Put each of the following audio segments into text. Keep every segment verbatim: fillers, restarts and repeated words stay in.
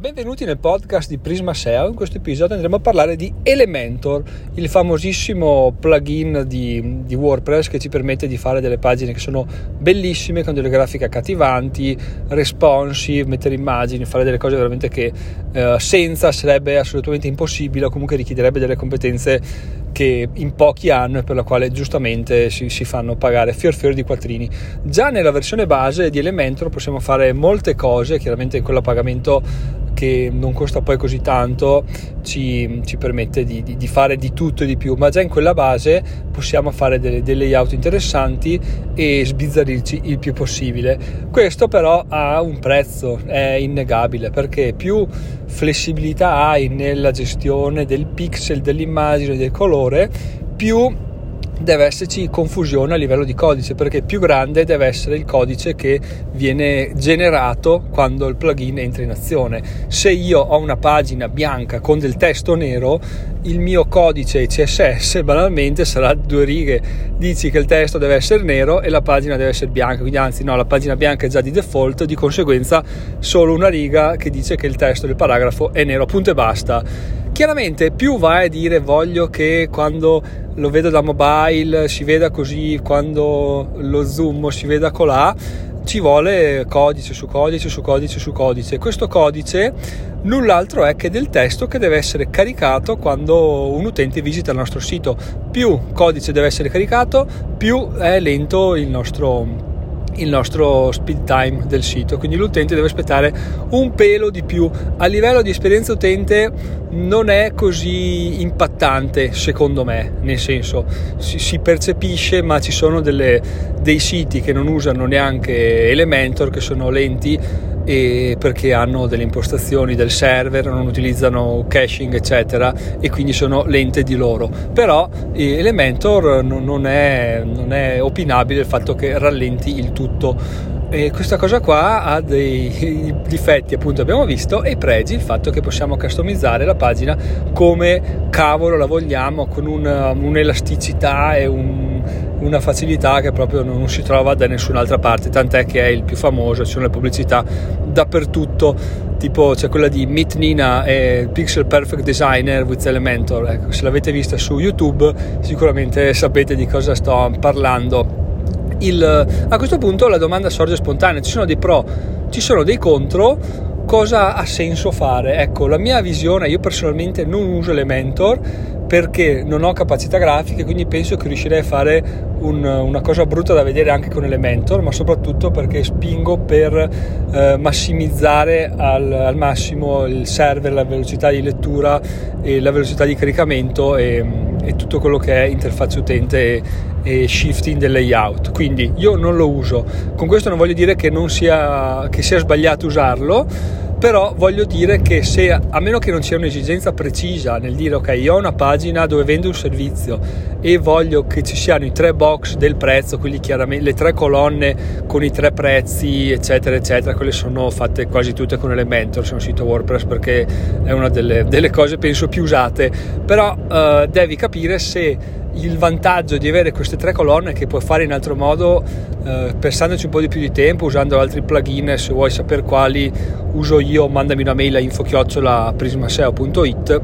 Benvenuti nel podcast di Prisma S E O. In questo episodio andremo a parlare di Elementor, il famosissimo plugin di, di WordPress che ci permette di fare delle pagine che sono bellissime, con delle grafiche accattivanti, responsive, mettere immagini, fare delle cose veramente che eh, senza sarebbe assolutamente impossibile, o comunque richiederebbe delle competenze che in pochi hanno e per la quale giustamente si, si fanno pagare fior fior di quattrini. Già nella versione base di Elementor possiamo fare molte cose, chiaramente in quello a pagamento che non costa poi così tanto ci, ci permette di, di, di fare di tutto e di più, ma già in quella base possiamo fare delle, delle layout interessanti e sbizzarrirci il più possibile. Questo però ha un prezzo, è innegabile, perché più flessibilità hai nella gestione del pixel, dell'immagine, del colore, più deve esserci confusione a livello di codice, perché più grande deve essere il codice che viene generato quando il plugin entra in azione. Se io ho una pagina bianca con del testo nero, il mio codice C S S banalmente sarà due righe, dici che il testo deve essere nero e la pagina deve essere bianca, quindi anzi no, la pagina bianca è già di default, di conseguenza solo una riga che dice che il testo del paragrafo è nero, punto e basta. Chiaramente più vai a dire voglio che quando lo vedo da mobile si veda così, quando lo zoom si veda colà, ci vuole codice su codice su codice su codice. Questo codice null'altro è che del testo che deve essere caricato quando un utente visita il nostro sito. Più codice deve essere caricato, più è lento il nostro il nostro speed time del sito, quindi l'utente deve aspettare un pelo di più. A livello di esperienza utente non è così impattante secondo me, nel senso si, si percepisce, ma ci sono delle, dei siti che non usano neanche Elementor, che sono lenti e perché hanno delle impostazioni del server, non utilizzano caching eccetera, e quindi sono lente di loro. Però Elementor non, non, è, non è opinabile il fatto che rallenti il tutto. E questa cosa qua ha dei difetti, appunto abbiamo visto, e pregi, il fatto che possiamo customizzare la pagina come cavolo la vogliamo, con una, un'elasticità e un, una facilità che proprio non si trova da nessun'altra parte, tant'è che è il più famoso, ci sono le pubblicità dappertutto, tipo c'è quella di Meet Nina e Pixel Perfect Designer with Elementor. Ecco, se l'avete vista su YouTube sicuramente sapete di cosa sto parlando. Il, a questo punto la domanda sorge spontanea: ci sono dei pro, ci sono dei contro, cosa ha senso fare? Ecco, la mia visione, io personalmente non uso Elementor perché non ho capacità grafiche, quindi penso che riuscirei a fare un, una cosa brutta da vedere anche con Elementor, ma soprattutto perché spingo per eh, massimizzare al, al massimo il server, la velocità di lettura e la velocità di caricamento e, e tutto quello che è interfaccia utente e, e shifting del layout. Quindi io non lo uso. Con questo non voglio dire che non sia che sia sbagliato usarlo, però voglio dire che se, a meno che non sia un'esigenza precisa nel dire ok, io ho una pagina dove vendo un servizio e voglio che ci siano i tre box del prezzo, quindi chiaramente le tre colonne con i tre prezzi eccetera eccetera, quelle sono fatte quasi tutte con Elementor su un sito WordPress perché è una delle, delle cose penso più usate. Però eh, devi capire se il vantaggio di avere queste tre colonne, che puoi fare in altro modo eh, pensandoci un po' di più di tempo, usando altri plugin. Se vuoi sapere quali uso io, mandami una mail a info chiocciola prismaseo punto it,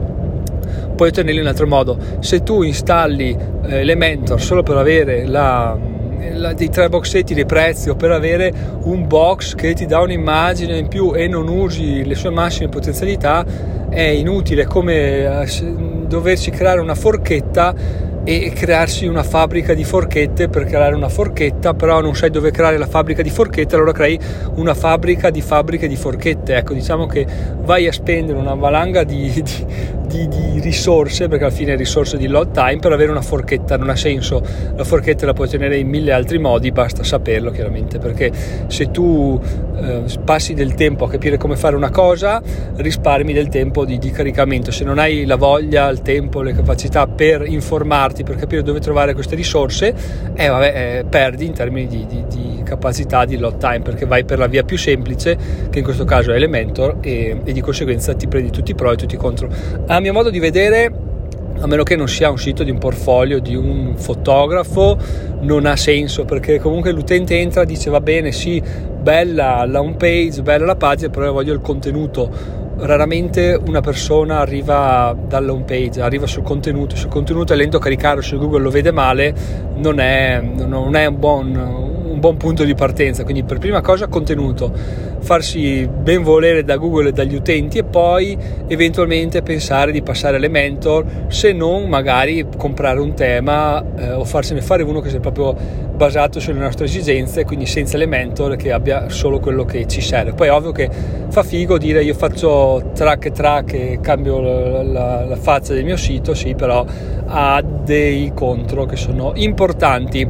puoi ottenerli in altro modo. Se tu installi eh, Elementor solo per avere la, la, dei tre boxetti dei prezzi, o per avere un box che ti dà un'immagine in più e non usi le sue massime potenzialità, è inutile, come eh, doversi creare una forchetta e crearsi una fabbrica di forchette per creare una forchetta, però non sai dove creare la fabbrica di forchette, allora crei una fabbrica di fabbriche di forchette. Ecco, diciamo che vai a spendere una valanga di, di, di, di risorse, perché alla fine è risorse di load time, per avere una forchetta. Non ha senso. La forchetta la puoi ottenere in mille altri modi, basta saperlo chiaramente, perché se tu eh, passi del tempo a capire come fare una cosa, risparmi del tempo di, di caricamento. Se non hai la voglia, il tempo, le capacità per informarti, per capire dove trovare queste risorse, eh, vabbè, eh, perdi in termini di, di, di capacità di load time, perché vai per la via più semplice, che in questo caso è Elementor, e, e di conseguenza ti prendi tutti i pro e tutti i contro. A mio modo di vedere, a meno che non sia un sito di un portfolio di un fotografo, non ha senso, perché comunque l'utente entra e dice va bene, sì, bella la home page, bella la pagina, però voglio il contenuto. raramente una persona arriva dalla home page, arriva sul contenuto, se il contenuto è lento a caricare, se Google lo vede male, non è, non è un buon, un buon punto di partenza. Quindi per prima cosa contenuto, farsi ben volere da Google e dagli utenti, e poi eventualmente pensare di passare Elementor, se non magari comprare un tema eh, o farsene fare uno che sia proprio basato sulle nostre esigenze, quindi senza Elementor, che abbia solo quello che ci serve. Poi è ovvio che fa figo dire io faccio track e track e cambio la, la, la faccia del mio sito, sì, però ha dei contro che sono importanti.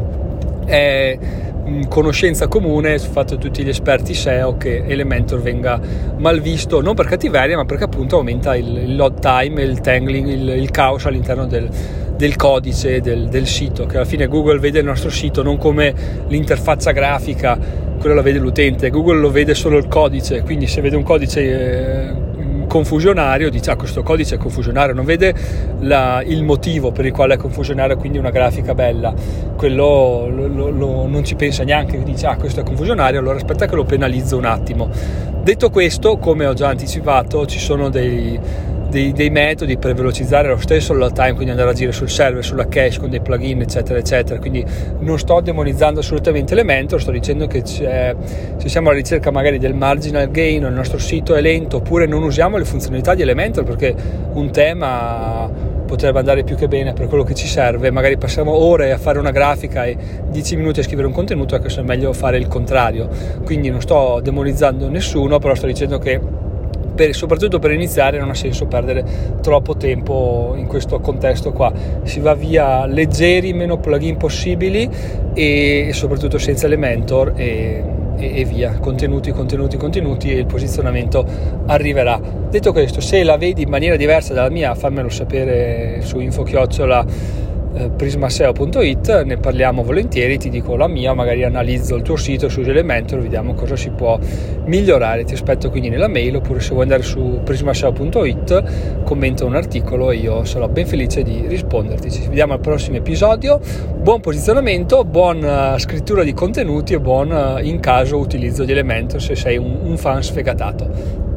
È conoscenza comune sul fatto di tutti gli esperti S E O che Elementor venga mal visto, non per cattiveria, ma perché appunto aumenta il, il load time, il tangling, il, il caos all'interno del, del codice del, del sito, che alla fine Google vede il nostro sito non come l'interfaccia grafica, quello la vede l'utente, Google lo vede solo il codice, quindi se vede un codice eh, confusionario dice ah, questo codice è confusionario, non vede la, il motivo per il quale è confusionario, quindi una grafica bella, quello lo, lo, lo, non ci pensa neanche, dice ah questo è confusionario, allora aspetta che lo penalizzo un attimo. Detto questo, come ho già anticipato, ci sono dei Dei, dei metodi per velocizzare lo stesso load time, quindi andare a agire sul server, sulla cache con dei plugin eccetera eccetera. Quindi non sto demonizzando assolutamente Elementor, sto dicendo che c'è, se siamo alla ricerca magari del marginal gain o il nostro sito è lento, oppure non usiamo le funzionalità di Elementor perché un tema potrebbe andare più che bene per quello che ci serve, magari passiamo ore a fare una grafica e dieci minuti a scrivere un contenuto, ecco, è meglio fare il contrario. Quindi non sto demonizzando nessuno, però sto dicendo che Per, soprattutto per iniziare non ha senso perdere troppo tempo in questo contesto qua, si va via leggeri, meno plugin possibili e, e soprattutto senza Elementor e, e, e via, contenuti, contenuti, contenuti e il posizionamento arriverà. Detto questo, se la vedi in maniera diversa dalla mia, fammelo sapere su info chiocciola prismaseo punto it, ne parliamo volentieri, ti dico la mia, magari analizzo il tuo sito su Elementor, vediamo cosa si può migliorare. Ti aspetto quindi nella mail, oppure se vuoi andare su prismaseo punto it commenta un articolo e io sarò ben felice di risponderti. Ci vediamo al prossimo episodio, buon posizionamento, buona scrittura di contenuti e buon in caso utilizzo di Elementor se sei un, un fan sfegatato.